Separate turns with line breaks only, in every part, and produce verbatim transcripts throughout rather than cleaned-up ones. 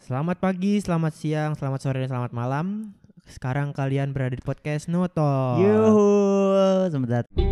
Selamat pagi, selamat siang, selamat sore, dan selamat malam. Sekarang kalian berada di podcast Noto.
Yuhu, selamat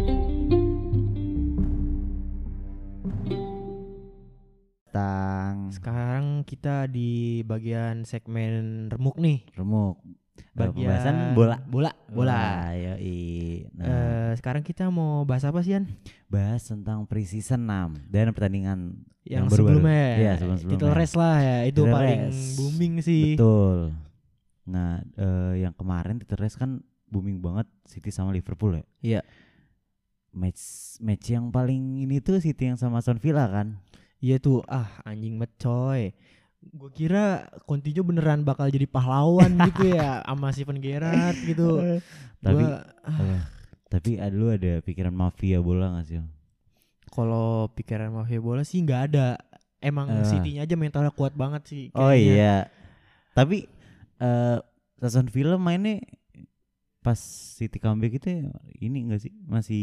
datang.
Sekarang kita di bagian segmen remuk nih.
Remuk.
Bagian
Pembahasan bola.
Bola, bola.
Yoi. Nah,
Eh, sekarang kita mau bahas apa sih, Yan?
bahas tentang pre-season enam dan pertandingan
Yang,
yang baru-baru.
sebelumnya.
Iya, sebelum-sebelumnya.
Title race lah ya, itu
Title
paling
race.
booming sih.
Betul. Nah, eh, yang kemarin title race kan booming banget City sama Liverpool ya.
Iya.
Match match yang paling ini tuh City yang sama Aston Villa kan.
Iya tuh, ah anjing banget coy. Gue kira Coutinho beneran bakal jadi pahlawan gitu ya sama Steven Gerrard gitu.
Tapi
Gua, ah,
eh, tapi ada lu ada pikiran mafia bola gak sih?
kalau pikiran mafia bola sih nggak ada. Emang
Eh.
City-nya aja mentalnya kuat banget sih.
Oh
kayaknya.
iya. Tapi eh Aston Villa mainnya pas City comeback itu ini enggak sih? Masih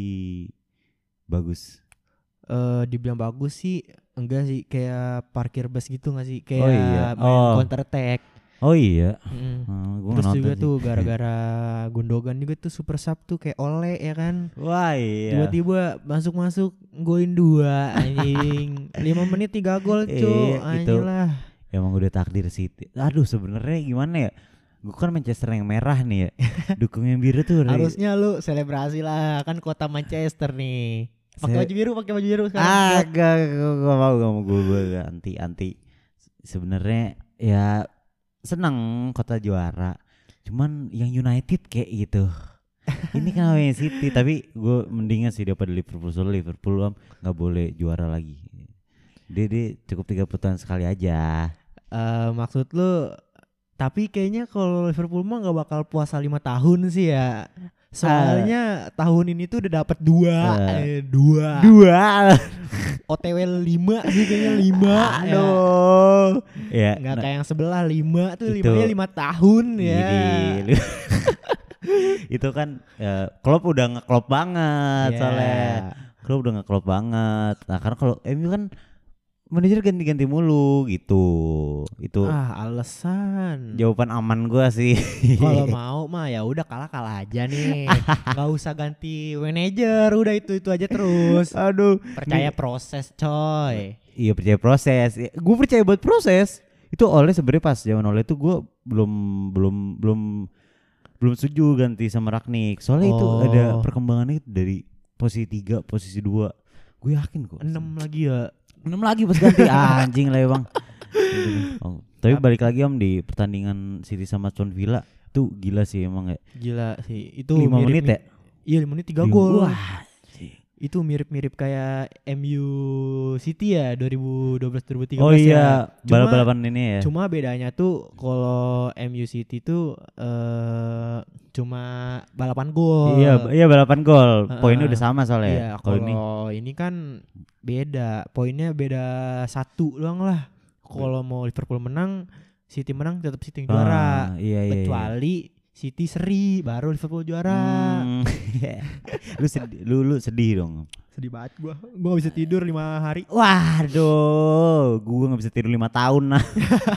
bagus.
Eh, dibilang bagus sih enggak sih, kayak parkir bus gitu nggak sih, kayak
Oh iya.
main
Oh.
counter attack.
Oh iya.
Mm.
Oh, gua
Terus
nggak
juga
nonton
tuh
sih.
gara-gara Gundogan juga tuh super sub tuh kayak Ole ya kan.
Wah iya.
Tiba-tiba masuk-masuk golin dua anjing. lima menit tiga gol
Iya,
cu.
itu.
Anjing lah.
Emang udah takdir City. Aduh sebenarnya gimana ya? Gue kan Manchester yang merah nih ya. Dukung yang biru tuh. dari-
Harusnya lu selebrasi lah, kan kota Manchester nih. Pakai
Saya-
baju biru, pakai baju biru sekarang.
Ah, gak, gak, gak mau, gak mau gue, gue anti, anti. Sebenarnya ya seneng kota juara. Cuman yang United kayak gitu. Ini kan Man City, tapi gue mendingan sih daripada Liverpool. Soalnya Liverpool am nggak boleh juara lagi. Dia, dia cukup tiga puluh tahun sekali aja.
Eh, maksud lu, tapi kayaknya kalau Liverpool mah nggak bakal puasa lima tahun sih ya. Soalnya tahun ini tuh udah dapat dua,
Eh.
eh, dua.
Dua.
O T W lima sih kayaknya lima. Ya.
Aduh. Ya.
Nggak
nah,
kayak yang sebelah lima tuh,
Itu.
limanya lima tahun ya.
Gini, lu- itu kan ya, Klopp udah nge-Klopp banget
Ya.
soalnya. Klopp udah nge-Klopp banget. Nah, karena kalau M U kan manajer ganti-ganti mulu gitu. Itu
Ah, alasan.
jawaban aman gua sih.
Kalau mau mah ya udah kalah-kalah aja nih. Nggak usah ganti manajer, udah itu-itu aja terus.
Aduh.
Percaya
nih-
proses, coy.
Iya percaya proses. Gue percaya buat proses. Itu oleh sebenarnya pas zaman oleh itu gue belum belum belum belum setuju ganti sama Ragnik. Soalnya itu
Oh.
ada perkembangannya dari posisi tiga, posisi dua. Gue yakin kok.
enam lagi ya.
enam lagi pas ganti. Anjing lah ya bang. Oh, tapi balik lagi om di pertandingan City sama Aston Villa tuh gila sih emang ya.
Gila sih. Itu
lima
mirip-
menit ya.
Iya, lima menit tiga gol.
Wah.
Itu mirip-mirip kayak M U City ya dua ribu dua belas dua ribu tiga belas
Oh
ya.
iya,
Cuma-
balap-balapan ini ya.
Cuma bedanya tuh kalau M U City tuh eh cuma balapan gol.
Iya, iya balapan gol.
Heeh.
Poinnya udah sama
Iya,
soalnya. Kalau ini
kalau ini kan beda. Poinnya beda satu doang lah. Kalau mau Liverpool menang, City menang tetap City yang juara.
Ah, iya, iya,
Kecuali City seri baru Liverpool juara.
Hmm. lu sedih, lu, lu sedih dong.
Sedih banget gua. Gua gak bisa tidur lima hari.
Waduh, gua nggak bisa tidur lima tahun nah.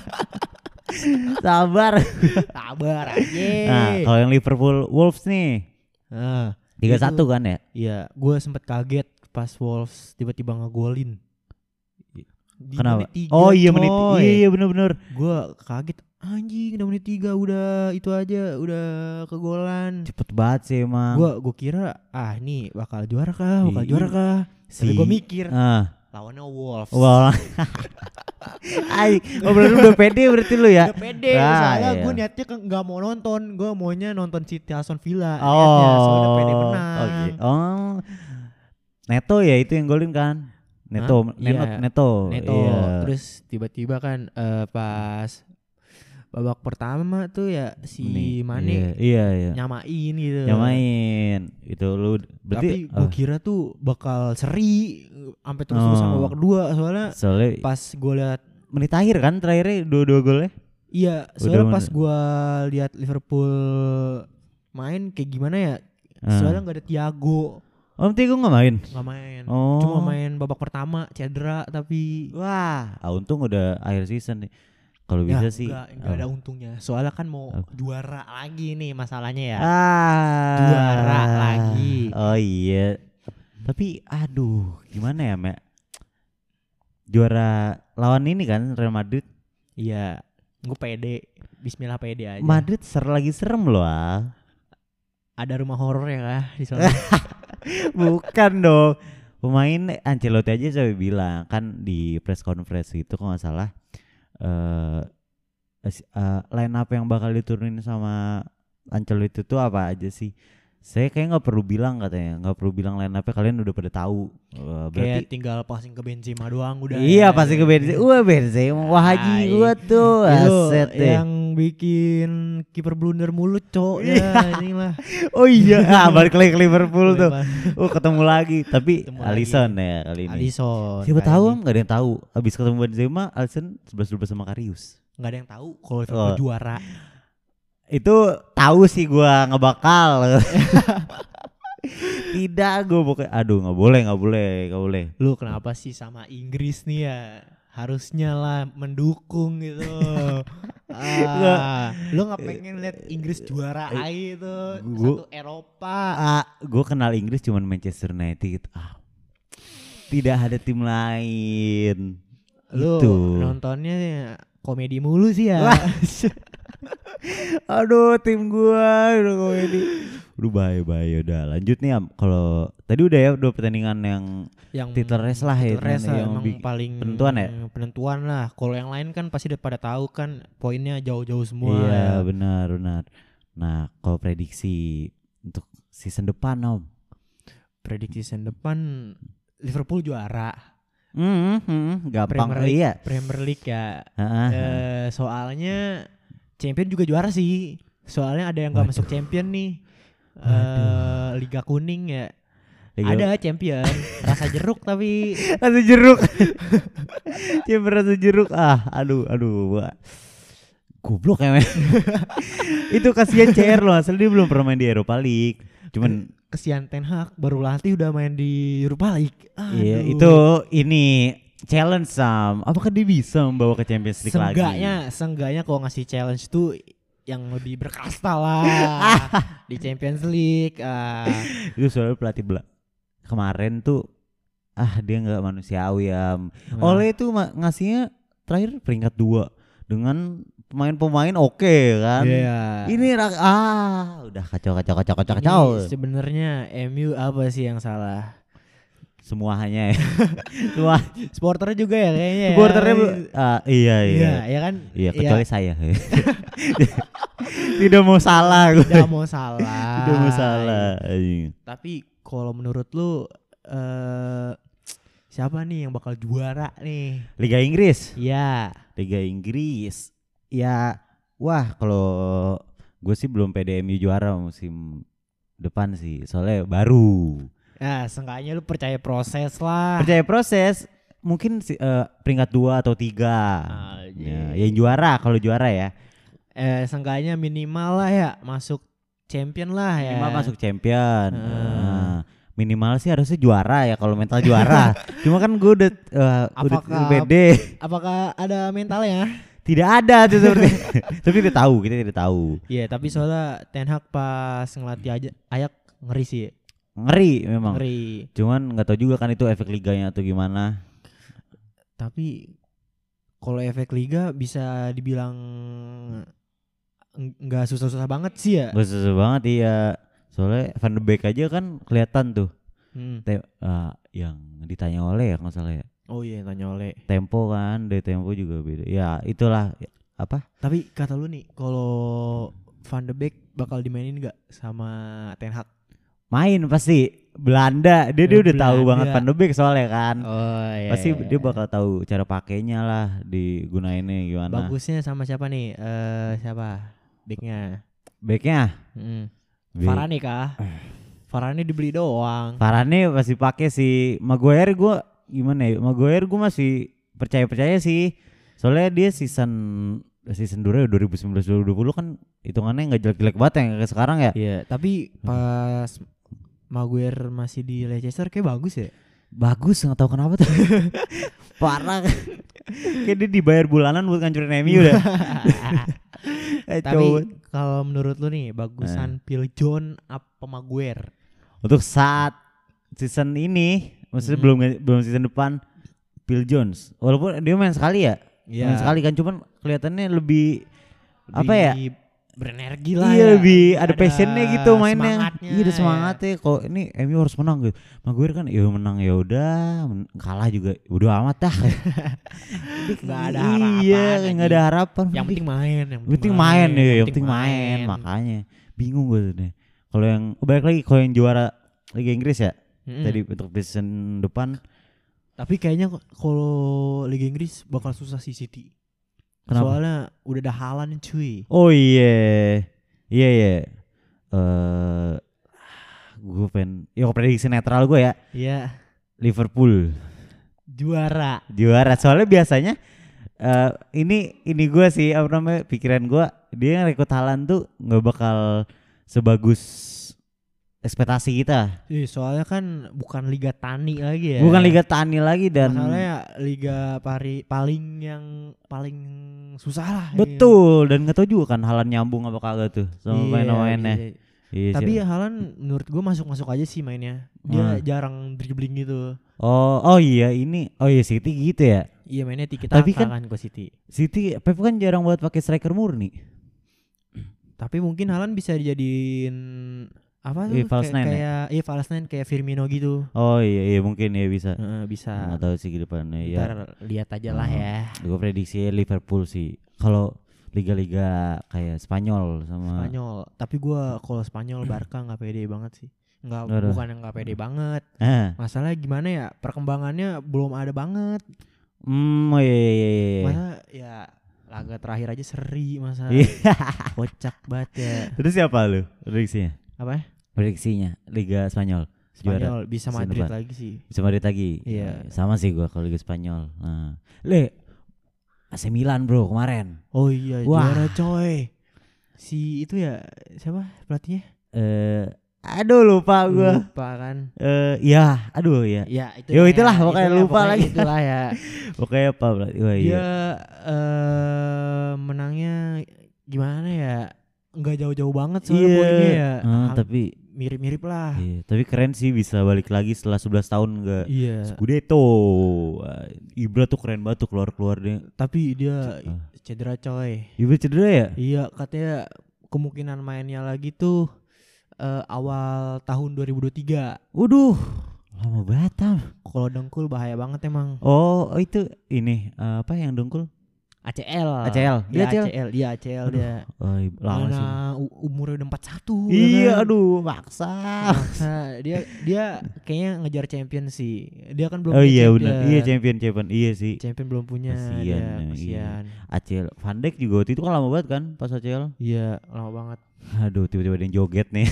Sabar.
Sabar aja.
Nah, kalau yang Liverpool Wolves nih
Nah,
tiga satu
itu.
kan ya?
iya, gua sempet kaget pas Wolves tiba-tiba ngegolin. Di
Kenapa?
menit tiga,
Oh iya menit,
coy.
iya, iya benar-benar.
Gua kaget, anjing udah menit tiga udah itu aja udah kegolan.
Cepet banget sih emang.
Gua gua kira ah nih bakal juara kah, bakal
Iya.
juara kah. Tapi gua mikir
Ah,
lawannya Wolves.
wah. Ay, oh berarti udah pede berarti lu ya?
Udah pede,
Ah,
soalnya
iya.
gue niatnya ke- nggak mau nonton, gue maunya nonton City Aston Villa.
Oh,
Niatnya, soalnya udah pede menang.
oke. Oh, Neto ya itu yang golin kan? Neto,
Hah?
Neto,
Iya.
Neto.
Neto,
Iya.
terus tiba-tiba kan eh, pas babak pertama tuh ya si
Nih,
Mane
Iya, iya, iya.
nyamain gitu.
Nyamain. Itu lu berarti
Tapi gue
ah,
kira tuh bakal seri sampai terus-terusan
Oh.
babak kedua, soalnya
soalnya
pas gue lihat
menit akhir kan terakhirnya dua-dua golnya.
iya,
Udah
soalnya pas
men-
gue lihat Liverpool main kayak gimana ya,
Ah.
soalnya nggak ada Thiago,
Om Tigo nggak main.
nggak main,
Oh.
cuma main babak pertama cedera tapi
Wah, ah, untung udah akhir season nih. Kalau
Ya,
bisa sih.
enggak, enggak ada untungnya. Soalnya kan mau
Apa?
juara lagi nih masalahnya ya.
Ah.
Juara lagi.
Oh iya. Tapi aduh, gimana ya, Mek? Juara lawan ini kan Real Madrid.
Iya, gue pede. Bismillah pede aja.
Madrid ser lagi serem loh. Ah.
Ada rumah horor ya kah di sana?
Bukan dong. Pemain Ancelotti aja saya bilang kan di press conference itu kalau nggak salah eh uh, line up yang bakal diturunin sama Ancelotti itu apa aja sih? Saya kayak nggak perlu bilang katanya, nggak perlu bilang line up-nya, kalian udah pada tahu. Uh, berarti
Kayak tinggal passing ke Benzema doang udah.
iya
ya.
pasti ke Benzema. Wah Benzema, wah haji
Hai.
gua tuh
Itu
aset deh.
yang bikin kiper blunder mulut cok ya inilah.
Oh iya, ah, balik lagi ke Liverpool tuh.
Lebar.
Oh ketemu lagi, tapi
Ketemu
Alisson
lagi.
ya kali ini.
Alisson.
Siapa
kali
tahu
ini.
nggak ada yang tahu. Abis ketemu Benzema, Alisson sebelas dua belas sama Karius.
Nggak ada yang tahu kalau Liverpool
Oh.
juara.
Itu tahu sih gua ngebakal. Tidak, gue pokoknya aduh nggak boleh nggak boleh nggak boleh.
Lu kenapa sih sama Inggris nih ya? Harusnya lah mendukung gitu. ah, lu nggak pengen lihat Inggris juara aja itu
Gua-
satu Eropa.
Ah, gue kenal Inggris cuma Manchester United. Ah, tidak ada tim lain.
Lu
Itu.
nontonnya komedi mulu sih ya.
Wah. Aduh tim gua udah komedi. Udah bahaya-bahaya udah. Lanjut nih Am. Kalau tadi udah ya udah pertandingan yang
Yang
title race lah ya,
title race lah,
yang
emang
bi-
paling
penentuan ya?
penentuan lah. Kalau yang lain kan pasti udah pada tahu kan poinnya jauh-jauh semua.
iya
ya.
benar benar. Nah kalau prediksi untuk season depan Om.
Prediksi season depan Liverpool juara
Hmm, hmm, gampang
Premier League,
iya.
Premier League ya.
Heeh.
Eh, soalnya Champion juga juara sih. Soalnya ada yang nggak
Waduh.
masuk Champion nih. Eh,
Waduh.
Liga kuning ya.
Liga-
Ada Champion, rasa jeruk tapi
Rasa jeruk. Coba rasa jeruk. Ah, aduh, aduh, gua goblok ya men. Itu kasihan C R loh, asal dia belum pernah main di Europa League. Cuman
kesian Ten Hag baru latih udah main di Europa League.
iya,
Aduh.
itu ini challenge Sam. Apakah dia bisa membawa ke Champions League lagi?
Seenggaknya, seenggaknya kalau ngasih challenge tuh yang lebih berkasta lah di Champions League. Ah.
Itu soalnya pelatih bela kemarin tuh ah dia nggak manusiawi Am.
Nah.
Oleh itu ma- ngasihnya terakhir peringkat dua dengan pemain-pemain oke kan.
Iya.
Ini rak- ah udah kacau kacau kacau kacau
Ini
kacau.
sebenarnya M U apa sih yang salah?
Semuanya ya. Semua
Supporternya juga ya kayaknya. ya.
supporternya bu- ah, iya iya.
Iya, ya kan?
Iya kecuali saya. Tidak mau salah gue.
Tidak mau salah.
Tidak mau salah. anjing.
Tapi kalau menurut lu eh siapa nih yang bakal juara nih?
Liga Inggris.
Iya.
Liga Inggris. Ya wah kalau gue sih belum P D M U juara musim depan sih. Soalnya baru.
Nah, seenggaknya lu percaya proses lah.
Percaya proses. Mungkin si, eh, peringkat dua atau tiga.
Ah,
Ya,
iya.
yang juara kalau juara ya.
Eh, seenggaknya minimal lah ya masuk champion lah ya.
Minimal masuk champion.
Hmm.
Nah, minimal sih harusnya juara ya kalau mental juara. Cuma kan gue udah uh, udah
Apakah-
pede.
Apakah ada mentalnya?
Tidak ada tuh seperti. Tapi kita tahu, kita tidak tahu.
Iya, tapi soalnya Ten Hag pas ngelatih aja Ayak ngeri sih.
Ngeri memang.
Ngeri.
Cuman nggak tahu juga kan itu efek liganya atau gimana.
Tapi kalau efek liga bisa dibilang eng- nggak susah-susah banget sih ya.
Gak susah banget iya. Soalnya Van de Beek aja kan kelihatan tuh.
Hmm.
Te- uh, yang ditanya oleh ya nggak salah ya.
Oh iya, tanya oleh.
Tempo kan, dari tempo juga beda. Ya itulah apa?
Tapi kata lu nih, kalau Van de Beek bakal dimainin nggak sama Ten Hag?
Main pasti Belanda. Dia dia udah tahu
Belanda.
banget Van de Beek soalnya kan.
Oh iya.
Pasti dia bakal tahu cara pakainya lah, digunainnya gimana.
Bagusnya sama siapa nih? Eh siapa? Backnya?
Backnya
Hmm.
Be-
Varane kah? Varane dibeli doang.
Varane pasti pakai si Maguire. Gue gimana ya? Maguire gue masih percaya percaya sih. Soalnya dia season season dua ribu sembilan belas dua ribu dua puluh kan hitungannya nggak jelek-jelek banget yang kayak sekarang ya.
Iya, tapi pas Maguire masih di Leicester kayak bagus ya.
Bagus nggak tahu kenapa tuh. Parah. Kayak dia dibayar bulanan buat ngancurin M U udah. Eh,
Tapi
coba.
kalau menurut lu nih bagusan Phil Jones apa Maguire?
Untuk saat season ini, maksudnya
Hmm.
belum belum season depan, Phil Jones. Walaupun dia main sekali ya,
Iya.
main sekali kan, cuman kelihatannya lebih, apa ya?
Berenergi lah
Iya
ya.
lebih ada passionnya gitu mainnya.
semangatnya
Iya ada
ya.
semangatnya. Kok ini M U harus menang gitu. Maguire kan ya menang ya udah, men- kalah juga udah amat dah.
Nggak ada harapan,
Iya nggak ada
anjing.
harapan.
Yang penting main, yang
Yang penting main ya, yang penting main. Makanya bingung gue tuh deh. Kalau yang balik lagi kalau yang juara Liga Inggris ya,
Mm-mm.
tadi untuk season depan.
Tapi kayaknya kok- kalau Liga Inggris bakal susah sih City.
Kenapa?
Soalnya udah ada Haaland cuy.
Oh iya, iya iya. Eh, gue pengen, ya prediksi netral gue ya,
Iya,
Liverpool
juara.
juara. Soalnya biasanya eh ini ini gue sih apa namanya pikiran gue, dia rekrut Haaland tuh nggak bakal sebagus ekspektasi kita.
Ih, soalnya kan bukan Liga Tani lagi ya.
Bukan Liga Tani lagi dan
Masalahnya Liga pari, paling yang paling susah lah.
betul, dan nggak tahu juga kan Haaland nyambung apa kagak tuh sama
Iya,
pemain-pemainnya.
iya.
Iya
Tapi
sih.
Haaland menurut gue masuk-masuk aja sih mainnya. Dia
Hmm.
jarang dribbling gitu.
Oh oh iya ini oh iya City gitu ya.
Iya mainnya tiki
Tapi
taka
kan-
kan ke City.
City Pep kan jarang buat pakai striker murni.
Tapi mungkin Haaland bisa dijadiin apa tuh?
Iya, false
kayak
nine ya?
kayak iya false nine kayak Firmino gitu.
Oh iya iya mungkin ya bisa.
Heeh, bisa.
Nggak tahu sih ke depannya ya.
Ntar lihat aja lah ya.
Gue prediksi Liverpool sih. Kalau liga-liga kayak Spanyol sama
Spanyol. Tapi gua kalau Spanyol Barca nggak pede banget sih. Nggak
Aduh.
bukan yang nggak pede banget.
Ah,
Masalah gimana ya? Perkembangannya belum ada banget.
hmm, oh iya iya iya. iya.
Masa ya laga terakhir aja seri masa.
Iya.
Kocak banget ya.
Terus siapa lu prediksinya?
Apa?
Prediksinya Liga Spanyol juara.
Spanyol bisa
Season
Madrid
depan.
lagi sih.
Bisa Madrid lagi.
Iya.
Sama sih gua kalau Liga Spanyol. Nah, Le A C Milan bro kemarin.
Oh iya
Wah.
juara coy. Si itu ya siapa pelatihnya?
Eh, aduh lupa gua.
Lupa kan.
Eh, ya, aduh ya.
Ya itu.
Yo, itulah, pokoknya lupa lagi.
Itulah ya.
Pokoknya apa berarti? Wah, iya.
Dia eh menangnya gimana ya? Enggak jauh-jauh banget soalnya
Iya.
poinnya ya.
Ah,
Hang-
tapi
mirip-mirip lah.
iya, tapi keren sih bisa balik lagi setelah sebelas tahun enggak
Iya.
Scudetto. Wah, Ibra tuh keren banget tuh keluar-keluar dia.
Tapi dia
Ah.
cedera coy.
Ibra cedera ya?
Iya, katanya kemungkinan mainnya lagi tuh eh, awal tahun dua ribu dua puluh tiga.
Waduh, lama banget Tam.
Kalau dengkul bahaya banget emang.
Oh, oh itu ini eh, apa yang dengkul?
A C L.
A C L. Dia
Dia
A C L.
A C L, dia A C L
Aduh,
dia.
Oh, i- lama sih.
Mana u- umurnya udah empat puluh satu.
Iya,
kan?
aduh, maksa.
Maksa. dia dia kayaknya ngejar champion sih. Dia kan belum
Oh
punya
iya
champion.
benar. Iya champion champion. Iya sih.
Champion belum punya.
Kasian,
dia,
iya.
kasian.
A C L Van Dijk juga waktu itu kan lama banget kan pas A C L.
Iya, lama banget.
Aduh tiba-tiba ada yang joget nih.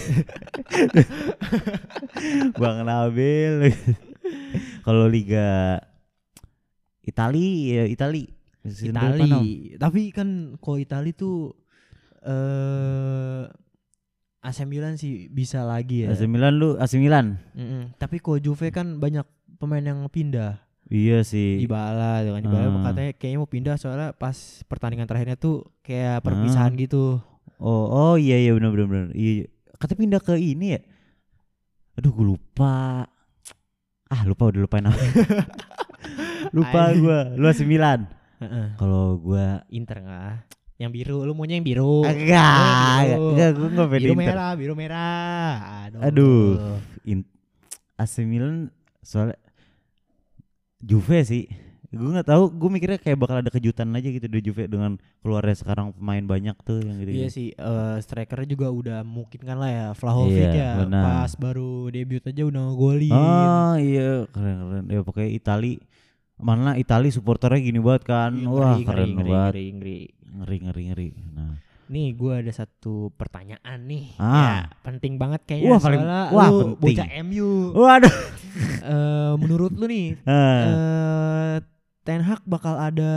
Bang Nabil. Kalau Liga Itali ya Itali. Season depan dong.
Itali. Tapi kan kalau Itali tuh eh A C Milan sih bisa lagi ya.
A C Milan lu A C Milan.
Mm-mm. Tapi kalau Juve kan banyak pemain yang pindah.
Iya sih.
Dybala dengan Dybala
Ah.
katanya kayaknya mau pindah soalnya pas pertandingan terakhirnya tuh kayak perpisahan gitu.
Oh oh iya iya benar benar benar. Iya. Kata pindah ke ini ya. Aduh gue lupa. Ah lupa udah lupain apa. Lupa
Ay.
gua. Lu A C Milan.
Heeh.
Kalau gua
Inter enggak? Yang biru, lu maunya yang biru.
agak
biru.
enggak gua enggak pede
Biru
Inter.
merah, biru merah. Aduh.
Aduh. In, A C Milan soalnya Juve sih. Gue nggak tahu. Gue mikirnya kayak bakal ada kejutan aja gitu di Juve dengan keluarnya sekarang pemain banyak tuh yang gitu.
Iya sih, eh strikernya juga udah mungkin kan lah ya, Vlahovic
Iya,
ya.
benar.
Pas baru debut aja udah ngegolin.
Oh iya keren keren. Ya pokoknya Itali mana Itali supporternya gini banget kan.
Ih,
Wah
ngeri,
keren
ngeri,
banget.
ngeri, ngeri.
Ngeri ngeri ngeri. Nah.
Nih gue ada satu pertanyaan nih.
Ah.
Ya, penting banget kayaknya
Wah, paling-
soalnya
wah,
lu
penting.
bocah M U.
Waduh.
Eh, menurut lu nih
Ah.
eh Ten Hag bakal ada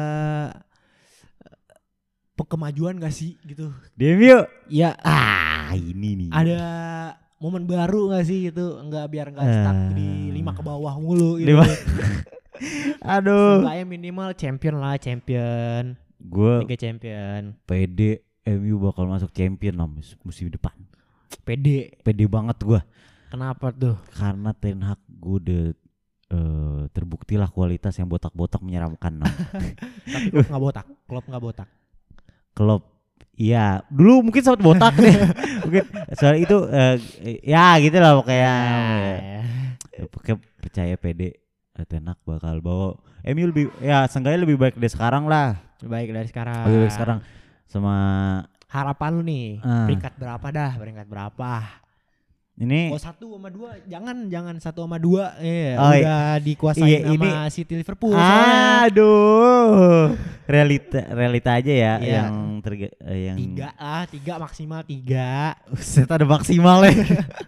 eh, kemajuan gak sih gitu?
D M U.
Ya
Ah ini nih.
ada momen baru gak sih gitu? Enggak biar nggak stuck
Eh.
di lima ke bawah mulu gitu.
Lima. Aduh.
Seenggaknya minimal champion lah, champion.
Gue
Liga Champion.
pede M U bakal masuk champion lah mus- musim depan.
Pede.
Pede banget gue.
Kenapa tuh?
Karena Ten Hag gue udah uh, terbukti lah kualitas yang botak-botak menyeramkan. Nah.
Tapi Klopp nggak botak. Klopp nggak botak.
Klopp, iya dulu mungkin sempat botak deh. Mungkin soal itu uh, ya gitu lah pokoknya. Ya, pokoknya percaya pede Ten Hag bakal bawa M U lebih ya seenggaknya lebih baik dari sekarang lah.
Baik dari sekarang.
Lebih baik sekarang sama
harapan lu nih.
Uh.
Peringkat berapa dah? Peringkat berapa?
Ini
oh satu sama dua, jangan jangan satu sama dua, eh,
oh,
udah dikuasain
iya,
sama
ini,
City Liverpool.
Aduh, realita realita aja ya
iya.
yang terga, yang
tiga lah, tiga maksimal tiga.
Set ada maksimal ya.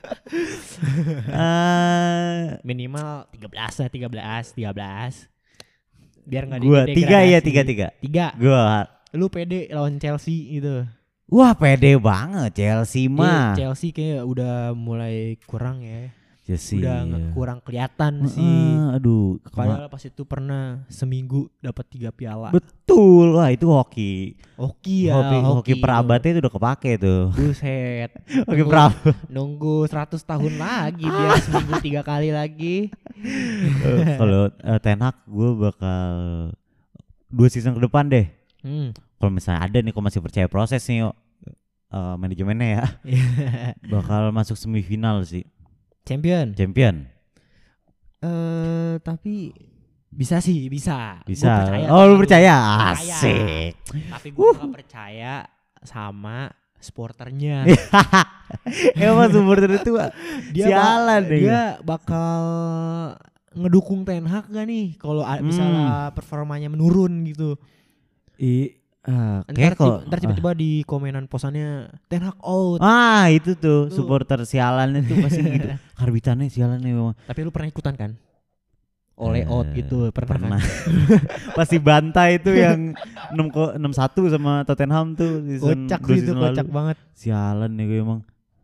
uh,
Minimal tiga belas lah, tiga belas, tiga belas. Biar nggak
gua tiga ya tiga tiga.
Tiga.
Gua
lu pede lawan Chelsea gitu.
Wah pede banget Chelsea mah.
Eh, Chelsea kayak udah mulai kurang ya.
Chelsea
udah
ya.
kurang kelihatan
uh,
sih.
Aduh.
Padahal pas itu pernah seminggu dapat tiga piala.
Betul, wah itu hoki.
Hoki ya.
Hoki, hoki, hoki perabadnya itu udah kepake tuh.
Buset.
Hoki perabot.
Nunggu seratus tahun lagi biar seminggu tiga kali lagi.
uh, Kalau uh, Ten Hag gue bakal dua season ke depan deh.
Hmm.
Kalau misalnya ada nih, kok masih percaya proses nih yuk, uh, manajemennya ya, bakal masuk semifinal sih.
Champion.
Champion.
Eh uh, tapi bisa sih, bisa.
Bisa.
Gua percaya,
oh lu percaya?
percaya.
Asik.
Tapi gue uh. gak percaya sama supporternya.
Emang supporter itu dia sialan
ba-
deh.
Dia bakal ngedukung Ten Hag gak nih kalau hmm. misalnya performanya menurun gitu.
I Uh,
ntar,
kok,
ntar tiba-tiba uh. di komenan posannya Ten Hag out.
Ah itu tuh, tuh. Supporter sialan itu pasti gitu. Karbitannya sialan nih memang.
Tapi lu pernah ikutan kan? Oleh uh, out gitu pernah,
pernah.
Kan?
Pasti bantai itu yang enam satu sama Tottenham tuh.
Kocak sih itu, kocak banget.
Sialan nih gue emang.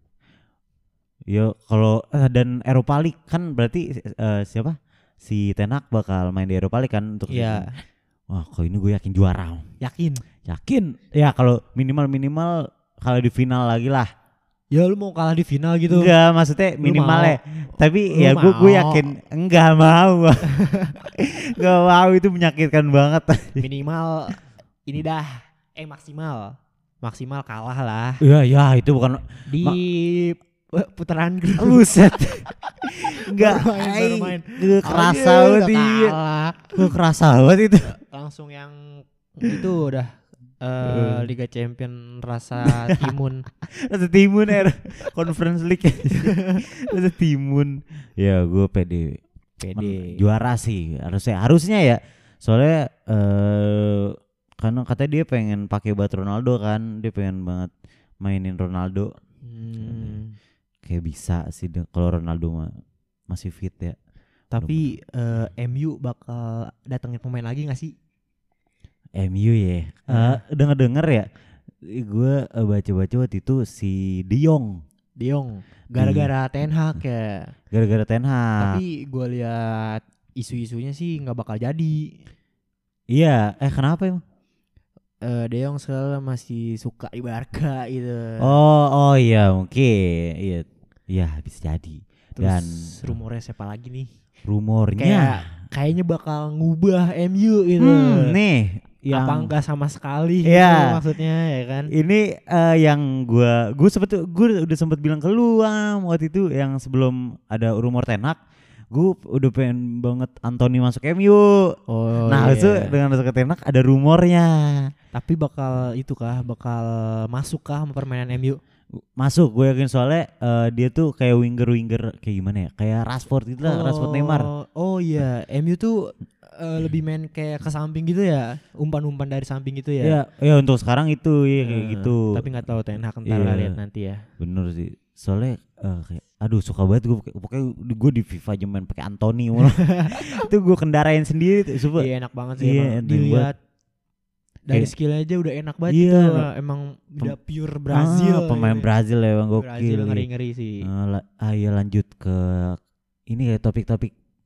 Yo kalau uh, dan Europa League kan berarti uh, siapa? Si Ten Hag bakal main di Europa League kan untuk
Iya.
Wah, kalau ini gue yakin juara.
Yakin?
Yakin. Ya kalau minimal-minimal kalau di final lagi lah.
Ya lu mau kalah di final gitu?
Enggak, maksudnya minimalnya. Tapi lu ya gue gue yakin enggak mau. Enggak mau, itu menyakitkan banget.
Minimal ini dah. Eh maksimal. Maksimal kalah lah.
Iya, ya itu bukan
di ma- putaran grup.
Buset. Enggak,
main.
Gue kerasa banget iya. Gue kerasa banget itu.
Langsung yang itu udah uh, Liga Champion rasa timun.
Rasa timun ya. Conference League. Rasa timun. Ya gue pede.
Pede.
Juara sih harusnya. Harusnya ya. Soalnya uh, karena katanya dia pengen pakai buat Ronaldo kan. Dia pengen banget mainin Ronaldo. Hmm. Kayak bisa sih kalau Ronaldo mah masih fit ya.
Tapi uh, M U bakal datengin pemain lagi gak sih?
M U ya. Uh, denger-denger ya. Gue uh, baca-baca waktu itu si De Jong.
De Jong. Gara-gara Ten Hag ya.
Gara-gara Ten Hag.
Tapi gue lihat isu-isunya sih nggak bakal jadi.
Iya. Eh kenapa emang?
Uh, De Jong selalu masih suka di Barca gitu.
Oh, oh iya mungkin. Iya. Iya bisa jadi.
Terus
dan
rumornya siapa lagi nih?
Rumornya
kayak kayaknya bakal ngubah M U gitu.
Hmm, nih yang
apa enggak sama sekali
iya,
gitu maksudnya ya kan.
Ini uh, yang gua gua sempet gua udah sempet bilang ke lu um, waktu itu yang sebelum ada rumor Ten Hag, gua udah pengen banget Anthony masuk M U.
Oh,
nah,
iya.
itu dengan masuk ke Ten Hag ada rumornya.
Tapi bakal itu kah bakal masuk kah sama permainan M U?
Masuk, gue yakin soalnya uh, dia tuh kayak winger-winger kayak gimana ya? Kayak Rashford gitu lah, oh, Rashford Neymar.
Oh iya, M U tuh uh, lebih main kayak ke samping gitu ya, umpan-umpan dari samping gitu ya.
Iya, ya untuk sekarang itu ya kayak uh, gitu.
Tapi nggak tahu Ten Hag ntar yeah. lihat nanti ya.
Bener sih, soalnya uh, kayak, aduh suka banget gue, pokoknya gue di FIFA aja main pakai Anthony. Itu gue kendarain sendiri. Super.
Iya enak banget sih,
yeah,
emang dilihat. Dari skill aja udah enak banget
iya,
gitu. Emang udah pure Brazil.
Ah, pemain ya. Brazil emang gokil.
Brazil ngeri-ngeri sih.
Uh, la- ayo lanjut ke ini ya topik-topik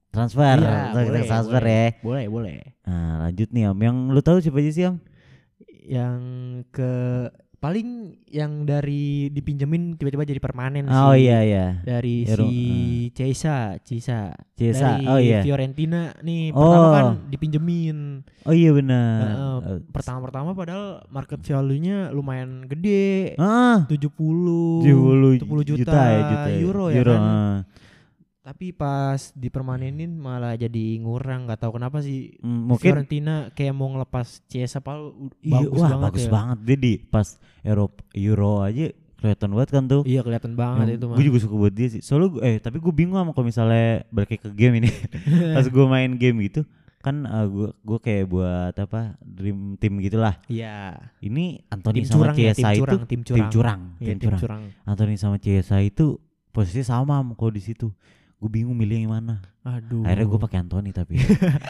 transfer.
Iya,
Kita
boleh,
transfer
boleh.
ya.
Boleh, boleh.
Nah, lanjut nih Am. Yang lu tahu siapa aja sih Am?
Yang ke paling yang dari dipinjemin tiba-tiba jadi permanen sih.
Oh iya iya.
Dari
Ero-
si
eh.
Cesa, Cisa.
Cesa,
Dari
oh iya.
Fiorentina nih pertama
Oh.
kan dipinjemin.
Oh iya benar.
Heeh,
Eh,
pertama-pertama padahal market value-nya lumayan gede.
Ah,
tujuh puluh
tujuh puluh
juta,
juta ya, juta ya.
euro ya
Euro,
kan.
ah.
Tapi pas dipermanenin malah jadi ngurang, nggak tahu kenapa sih.
Hmm, mungkin
Fiorentina kayak mau ngelepas Chiesa Pal
iya,
bagus
wah,
banget
bagus
ya.
banget. Dia di pas Eropa Euro aja kelihatan banget kan tuh.
Iya kelihatan banget itu mah.
Gue juga suka buat dia sih. Soalnya gua, eh tapi gue bingung sama kalau misalnya balik ke game ini. Pas gue main game gitu kan uh, gue gue kayak buat apa dream team gitulah.
Iya.
Ini Anthony
Tim
sama
curang ya, tim
Chiesa itu
curang, tim curang.
tim curang,
Iya,
tim
tim
curang.
curang.
Anthony sama Chiesa itu posisi sama kalau di situ. Gue bingung milih yang mana.
Aduh.
Akhirnya gue pakai Anthony tapi.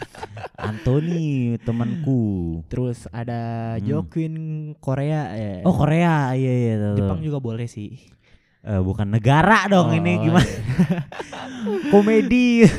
Anthony temanku.
Terus ada
Hmm.
Joaquin Korea ya.
Oh Korea, iya iya. tahu, tahu.
Jepang juga boleh sih.
Eh, bukan negara dong
Oh,
ini gimana?
iya.
Komedi.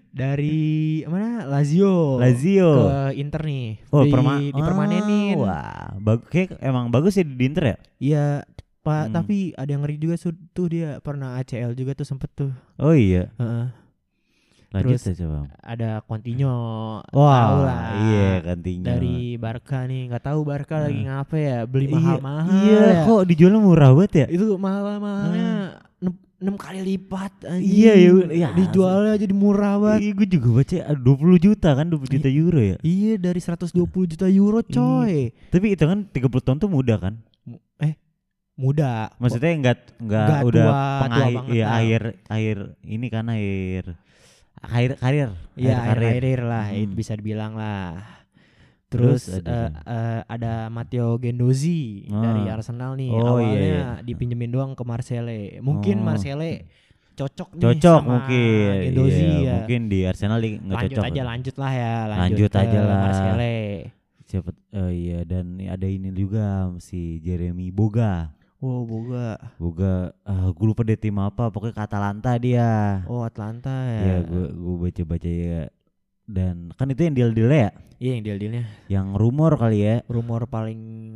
Dari mana? Lazio.
Lazio.
Ke Inter nih.
Oh,
Di,
perma-
dipermanenin.
Ah, wah, bagus kayak emang bagus ya di Inter ya?
Iya, Pak,
Hmm.
tapi ada yang ngeri juga su- tuh dia pernah A C L juga tuh sempet tuh.
Oh iya.
Heeh.
Lanjut
Terus
aja, Bang.
ada Coutinho. Tahu
Wah,
lah.
iya Coutinho.
Dari Barca nih, nggak tahu Barca
Nah.
lagi ngapa ya, beli
Iya,
mahal-mahal.
Iya,
ya.
kok dijualnya murah banget ya?
Itu mahal-mahalnya enam kali lipat anjing.
Iya, iya, iya.
Dijualnya jadi murah banget.
Iya, gue juga baca ah, dua puluh juta kan, dua puluh juta euro ya.
Iya, dari seratus dua puluh juta euro coy.
Tapi itu kan tiga puluh tahun tuh muda kan?
Eh, muda.
Maksudnya enggak enggak
Nggak
udah
tua- tua
pengakhir
banget
iya
lah.
akhir akhir ini kan akhir akhir karir.
Iya,
akhir karir.
air-air lah,
Hmm.
itu bisa dibilang lah. Terus,
Terus ada
eh,
siapa?
eh, ada Matteo Gendouzi
Ah.
dari Arsenal nih.
Oh,
Awalnya
iya, iya.
dipinjemin doang ke Marseille. Mungkin
Oh.
Marseille cocok nih
Cocok
sama
mungkin.
Gendouzi
Iya,
ya.
mungkin di Arsenal di- nggak
Lanjut
cocok.
aja, lanjut lah ya, lanjut,
Lanjut
ke
aja lah.
Marseille.
Siapa oh iya dan ada ini juga si Jeremy Boga.
Oh, Boga.
Boga ah gue lupa dia tim apa, pokoknya ke Atalanta dia.
Oh, Atlanta
Iya,
ya.
gue gue baca-baca ya. Dan kan itu yang deal-dealnya ya,
Iya, yang deal-dealnya.
yang rumor kali ya.
Rumor paling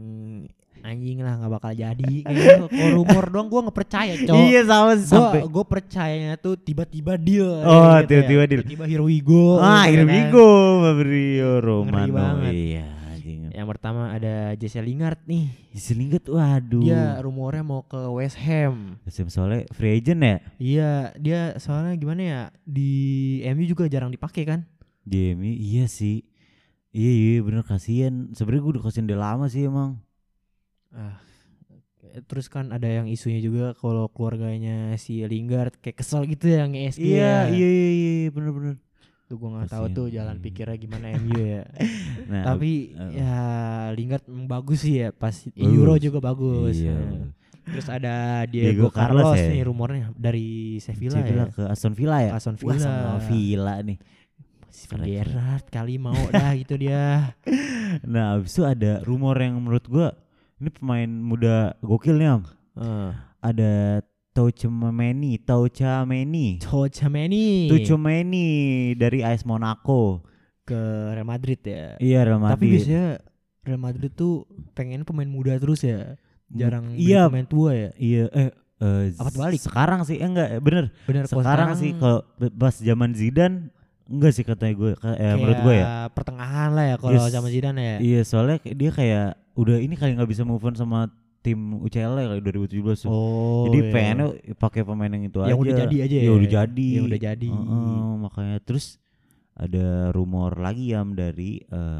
anjing lah, nggak bakal jadi. Kayaknya kalau rumor doang gue nggak percaya, cowok.
Iya sama sih, sampai
Gue percayanya tuh tiba-tiba deal.
Oh,
gitu
tiba-tiba
ya.
deal.
Tiba-tiba Here We Go.
ah
gitu
Here
kan.
we go Fabrizio Romano.
banget.
Iya anjing.
Yang pertama ada Jesse Lingard nih.
Selingkuh waduh.
Dia rumornya mau ke West Ham.
Musim soalnya free agent ya.
Iya, dia soalnya gimana ya, di M U juga jarang dipakai kan.
Jamie iya sih. Iya iya bener, kasihan. Sebenarnya gue udah kasihan dia lama sih emang.
Ah, terus kan ada yang isunya juga kalau keluarganya si Lingard kayak kesel gitu ya nge-E S G
Iya
ya.
iya iya iya bener-bener.
Tuh gue nggak tahu
Kasian.
tuh jalan pikirnya gimana M U ya.
Nah,
Tapi
uh,
ya Lingard emang bagus sih ya, pas Euro juga bagus.
Iya.
Nah. Terus ada
Diego
Diego,
Carlos
Carlos,
ya?
nih rumornya dari Sevilla,
Sevilla
ya.
ke Aston Villa ya.
Aston
Wah,
Villa.
sama Villa nih.
Steven Gerrard kali mau dah gitu dia.
Nah abis itu ada rumor yang menurut gua ini pemain muda gokil nih Am.
Uh.
Ada Tchouaméni, Tchouaméni,
Tchouaméni
Tchouaméni dari A S Monaco
ke Real Madrid ya.
Iya Real Madrid.
Tapi biasanya Real Madrid tuh pengen pemain muda terus ya. Jarang beli
iya,
pemain tua ya.
Iya eh eh,
Apa terbalik?
Sekarang sih eh, enggak bener.
Bener kalau
Sekarang, sih kalau pas zaman Zidane enggak sih katanya gue eh, menurut gue ya.
pertengahan lah ya kalau
Yes.
sama Zidane ya.
Iya soalnya kayak- dia kayak udah ini kali nggak bisa move on sama tim U C L ya kali dua ribu tujuh belas tuh.
Oh.
Jadi
iya.
pengennya pakai pemain yang itu aja.
Yang udah jadi aja
ya.
ya.
udah jadi.
Yang udah jadi.
Heeh, makanya terus ada rumor lagi Yam dari eh,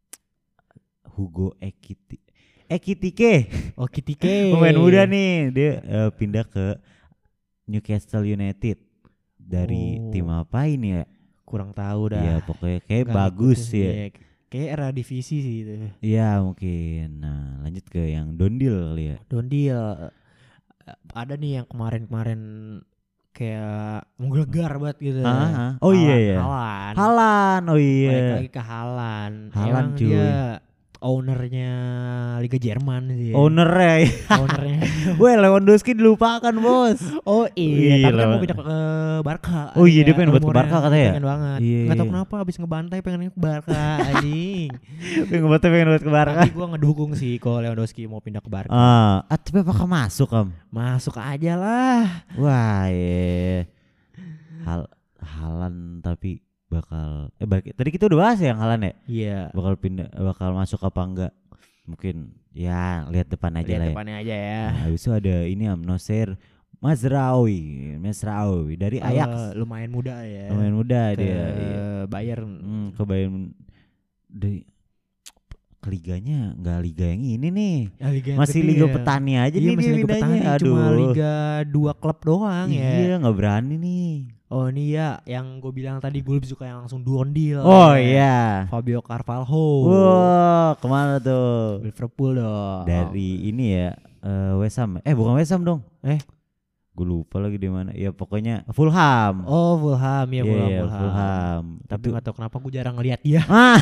Hugo Ekiti Ekitike.
Oh, Kitike.
Pemain muda nih, dia eh, pindah ke Newcastle United. Dari
Oh.
tim apa ini ya?
Kurang tahu dah.
Iya, pokoknya kayak
Nggak
bagus
ngikutin,
ya.
iya. Kayak era divisi sih itu.
Iya, mungkin. Nah, lanjut ke yang Dondil kali ya.
Dondil. Eh, Ada nih yang kemarin-kemarin kayak menggelegar banget gitu.
Ah, ah. Oh iya ya.
Halan.
Halan, oh
Balik
iya.
lagi ke Halan.
Halan,
Emang
cuy.
dia ownernya Liga Jerman sih.
Ownernya.
Ownernya.
Weh, Lewandowski dilupakan, Bos.
Oh iya,
Iya,
tapi kan
Lewan-
mau pindah ke Barca.
Oh iya, dia
ya,
pengen buat ke
rumornya.
Barca katanya ya?
Pengen banget.
Iya,
Nggak tahu
iya.
kenapa abis ngebantai pengen ke Barca anjing.
Pengen buat pengen buat ke Barca.
Tapi gue ngedukung sih kalau Lewandowski mau pindah ke Barca.
Ah, ah, tapi apakah masuk, Am?
Masuk aja lah.
Wah, iya. Hal Halan tapi bakal eh balik, tadi kita udah bahas ya yang Halan ya?
Iya.
Bakal pindah bakal masuk apa enggak? Mungkin ya lihat depan aja
Lihat
lah.
depannya aja ya.
Ya. Nah, habis itu ada ini Am Noser Mazraoui, Mazraoui dari Ajax.
Eh, lumayan muda ya.
Lumayan muda
ke
dia. Iya.
Bayern.
Hmm, ke Bayern dari ke liganya nggak liga yang ini nih.
Ya, liga yang
Masih
gede
liga
ya.
petani aja
Iya,
nih
masih
dia
liga petani.
pindahnya. Aduh.
Cuma liga dua klub doang ya.
Iya, nggak berani nih.
Oh ini ya yang gue bilang tadi gue lebih suka yang langsung duondil.
Oh
ya.
iya.
Fabio Carvalho.
Wow, kemana tuh?
Liverpool dong.
Dari ini ya, eh West Ham. Eh bukan West Ham dong. Eh, gue lupa lagi di mana. Ya pokoknya Fulham.
Oh Fulham ya, Fulham,
Iya,
Fulham.
Fulham.
Tapi
Tapi
nggak tahu kenapa gue jarang ngeliat dia.
ah,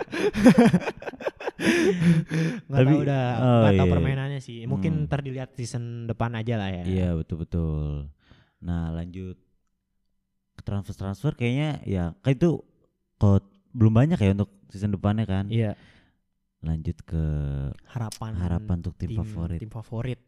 Nggak
Tapi-
tahu udah,
oh,
nggak tahu
iya.
permainannya sih. Mungkin
Hmm.
ntar dilihat season depan aja lah ya.
iya betul-betul. Nah, lanjut ke transfer-transfer kayaknya ya kayak itu kok belum banyak ya untuk season depannya kan.
Iya.
Lanjut ke
Harapan.
harapan untuk tim, favorit.
Tim favorit.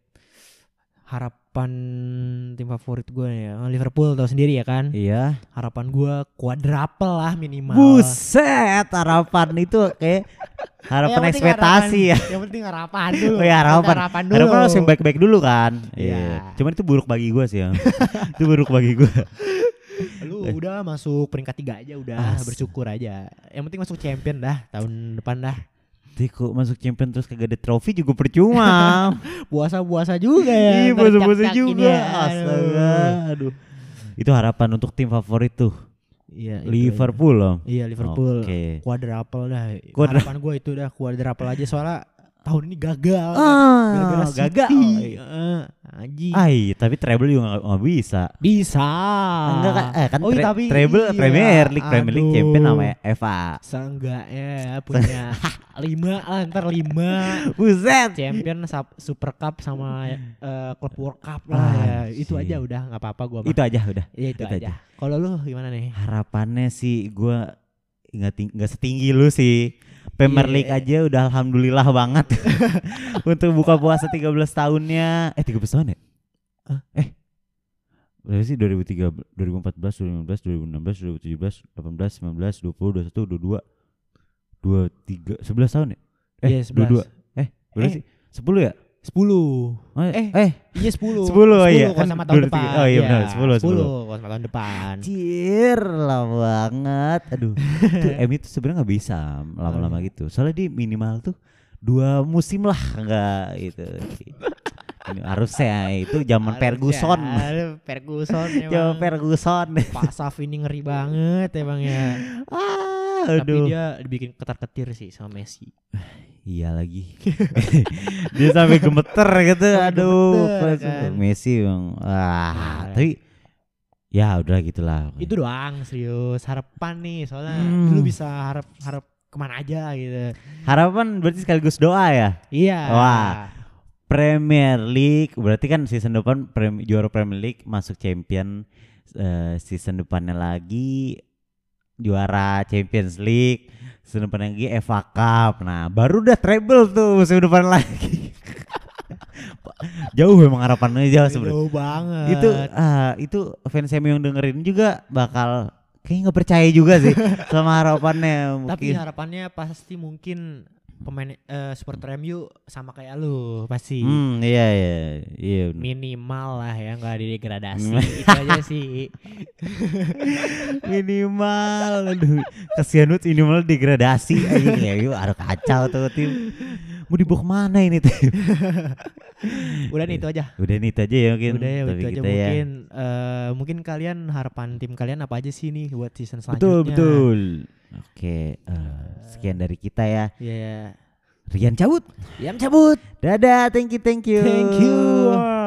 Harapan tim favorit gue ya Liverpool tahu sendiri ya kan.
Iya.
Harapan gue quadruple lah minimal.
Buset, harapan itu kayak harapan
Yang penting
ekspektasi ya.
harapan- Yang penting harapan dulu.
Oh ya harapan.
Harapan dulu.
Harapan harus yang baik-baik dulu kan.
Iya.
Iya. Cuman itu buruk bagi gue sih ya. Itu buruk bagi gue.
Lu udah masuk peringkat tiga aja udah
As.
bersyukur aja. Yang penting masuk champion dah tahun depan dah.
Tiko masuk champion terus kagak ada trofi juga percuma.
Puasa-puasa juga ya.
Iya,
ntar
puasa-puasa
cak-cak
juga.
ini ya.
Astaga. Aduh. Itu harapan untuk tim favorit tuh.
Iya, itu
Liverpool loh.
aja. Iya Liverpool.
Oke.
Quadruple dah.
Quadra-
Harapan gue itu dah quadruple aja soalnya tahun ini gagal.
Ah,
Gara-gara
gagal.
City. Eh, anjing.
Ay, tapi treble juga gak, gak bisa.
Bisa.
Enggak kan, eh, kan
Oh,
tre-
tapi
treble
iya.
Premier League, Premier League
Aduh.
champion sama F A.
Seenggaknya punya lima lah ntar lima.
Buset.
Champion sub- Super Cup sama eh, Club World Cup lah ya. Itu
Anjing.
aja udah nggak apa-apa gua mah.
Itu aja udah.
Iya itu,
itu
aja.
aja.
Kalau lu gimana nih?
Harapannya sih gua nggak ting- nggak setinggi lu sih. Premier
Iya.
League aja udah alhamdulillah banget. Untuk buka puasa tiga belas tahunnya. Eh tiga belas tahun ya?
Hah?
Eh berarti sih dua ribu tiga belas, dua ribu empat belas, dua ribu lima belas, dua ribu enam belas, dua ribu tujuh belas, delapan belas, sembilan belas, dua puluh, dua puluh satu, dua puluh dua, dua puluh tiga, sebelas tahun ya? Eh
Iya, sebelas.
dua puluh dua. Eh berarti
Eh.
sih sepuluh ya?
sepuluh.
Oh,
Eh.
eh
Iya sepuluh.
sepuluh, iya,
kalau
kan
sama tahun
dua puluh tiga.
depan.
Oh, iya benar, sepuluh,
sepuluh.
sepuluh.
Kalau sama tahun depan.
Anjir lama banget. Aduh. Tuh M U tuh sebenarnya nggak bisa lama-lama
Oh, iya.
gitu. Soalnya dia minimal tuh dua musim lah enggak gitu. Ini harusnya itu zaman Ferguson.
Harusnya, Ferguson
Zaman
emang.
Ferguson.
Pak Saf ini ngeri banget emang ya.
Ah,
Tapi
aduh.
dia dibikin ketar-ketir sih sama Messi.
Iya lagi. Dia sampai gemeter gitu.
Sampai
Aduh.
gemeter,
Pas-
kan.
Messi bang. Ah,
Nah.
tapi ya udah gitulah.
Itu doang serius harapan nih soalnya
Hmm.
lu bisa harap harap kemana aja gitu.
Harapan berarti sekaligus doa ya.
Iya.
Wah. Premier League berarti kan season depan prem, juara Premier League masuk champion, eh, season depannya lagi juara Champions League, season depannya lagi F A Cup. Nah baru udah treble tuh musim depan lagi. Jauh memang harapannya jauh sebenarnya.
Jauh banget.
Itu ah, itu fans M U yang dengerin juga bakal kayak nggak percaya juga sih sama harapannya.
Tapi
Mungkin.
harapannya pasti mungkin pemain eh, supporter M U sama kayak lu pasti.
Hmm iya iya iya. bener.
Minimal lah ya nggak degradasi.
Hmm.
Itu aja sih.
Minimal aduh kasihan banget minimal degradasi aja ya yuk aduh kacau tuh tim mau dibawa kemana ini tim.
Udah nih itu aja.
Udah nih itu aja ya mungkin.
Udah ya
Tapi
itu aja
kita ya.
mungkin eh, mungkin kalian harapan tim kalian apa aja sih nih buat season
Betul
selanjutnya.
betul. Oke eh, sekian dari kita ya.
Iya.
Rian cabut.
Yam cabut.
Dadah thank you thank you.
Thank you.